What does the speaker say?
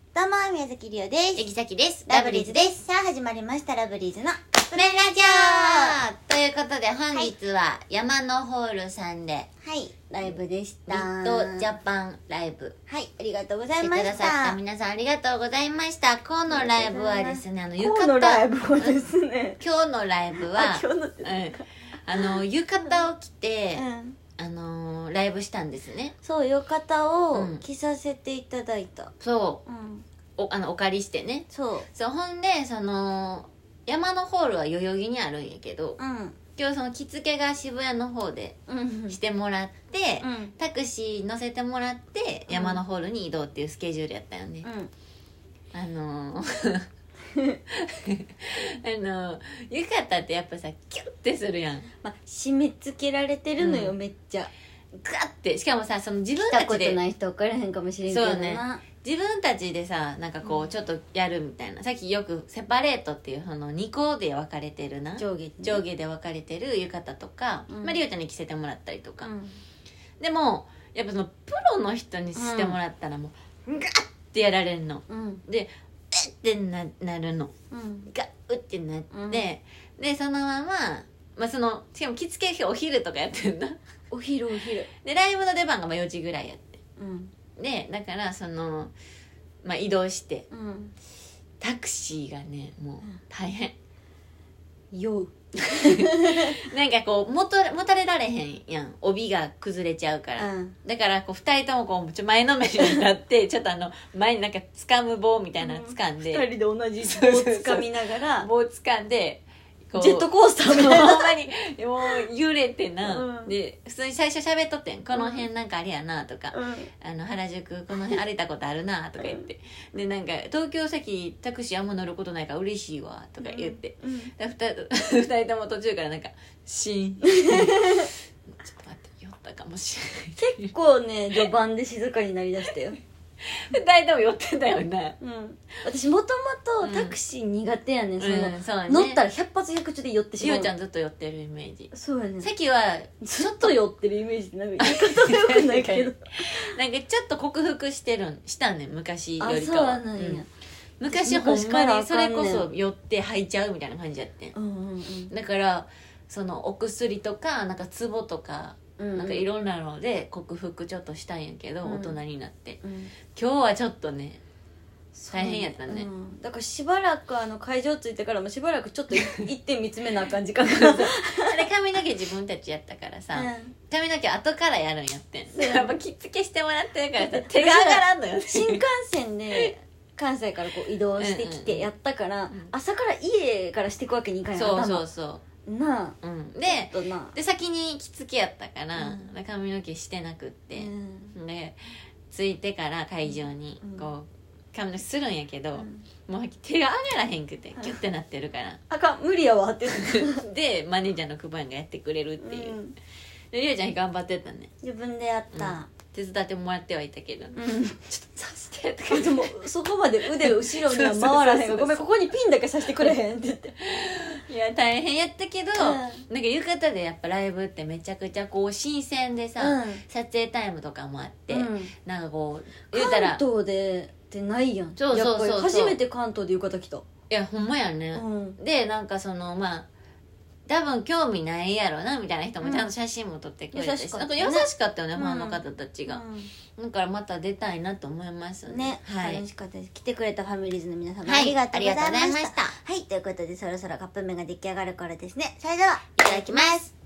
どうも、宮崎りおです。 えぎさきです。 ラブリーズです。さあ、始まりました、ラブリーズのカップ麺ラジということで、本日は山のホールさんで、 オ。はい、ライブでしリた。 ットジャパンライブはい、ありがとうございしてました。 くださった皆さんありがとうございました。今日のライブはですね、浴今日のライ衣、 ブはですね。 今日のライブは、 今日のって浴衣を着て、 うん。 ライブしたんですね。 そう、浴衣をうん着させていただいた。 そうん。 お借りしてね。 そう。 ほんで山のホールは代々木にあるんやけど、今日着付けが渋谷の方でしてもらって、タクシー乗せてもらって山のホールに移動っていうスケジュールやったよね。浴衣ってやっぱさキュッてするやん。 まあ、締め付けられてるのよ、めっちゃ。 ガッて、しかもさ自分着たたちでことない人分からへんかもしれんけどな。 そうね、自分たちでさちょっとやるみたいな、さっきよくセパレートっていう2個で分かれてるな、 上下で分かれてる浴衣とか、りおちゃんに着せてもらったりとか、でもやっぱプロの人にしてもらったらもうガッてやられるの、でってなるの、ガッってなって、でそのまま、しかも着付けお昼とかやってんなお昼でライブの出番が4時ぐらいやって、でだから移動して、タクシーがねもう大変、 ようなんかもたれられへんやん、帯が崩れちゃうから、だから2人とも前のめりになってちょっと前に掴む棒みたいなの掴んで、 2人で同じ棒を掴みながら棒掴んでジェットコースターみたいなほんまにもう揺れてな、で普通に最初喋っとってん、この辺なんかあれやなとか、原宿この辺歩いたことあるなとか言って、で東京先タクシーあんま乗ることないから嬉しいわとか言って、2人とも途中からシーンちょっと待って酔ったかもしれない結構ね序盤で静かになりだしたよ 2人とも酔ってたよね。 私もともとタクシー苦手やねん、 そうね、 乗ったら百発百中で酔ってしまう。 りおちゃんずっと酔ってるイメージ。 そうやねん、 さっきはずっと酔ってるイメージって言い方がよくないけどちょっと克服したね昔よりかは。 そうなんや、 昔ほんまにそれこそ酔って吐いちゃうみたいな感じやってん、だからお薬とかツボとかいろんなので克服ちょっとしたんやけど、大人になって、今日はちょっね大変やったね、 だからしばらく会場着いてからもしばらくちょっと一点見つめなあかん時間があれ髪の毛自分たちやったからさ、髪の毛後からやるんやってん、やっぱ着付けしてもらってるからさ手が上がらんのよね新幹線で関西から移動してきてやったから、朝から家からしていくわけにいかんやん。 そうなあ、 で先に着付けやったから、髪の毛してなくって、で着いてから会場に髪の毛するんやけど、もう手が上がらへんくてキュッてなってるからあかん無理やわってでマネージャーの久保やんがやってくれるっていう、でりおちゃん頑張ってたね、 自分でやった、 手伝ってもらってはいたけど、ちょっとさしてとかでもそこまで腕後ろには回らへんごめんここにピンだけさしてくれへんって言っていや大変やったけど、浴衣でやっぱライブってめちゃくちゃ新鮮でさ、撮影タイムとかもあって、言うたら関東でってないやん。 そう初めて関東で浴衣着た。いやほんまやね、で多分興味ないやろなみたいな人もちゃんと写真も撮ってくれて、優しかったよね、ファンの方たちが、だからまた出たいなと思いますね。 楽しかったです。来てくれたファミリーズの皆様ありがとうございました。はい、ということでそろそろカップ麺が出来上がる頃ですね。それではいただきます。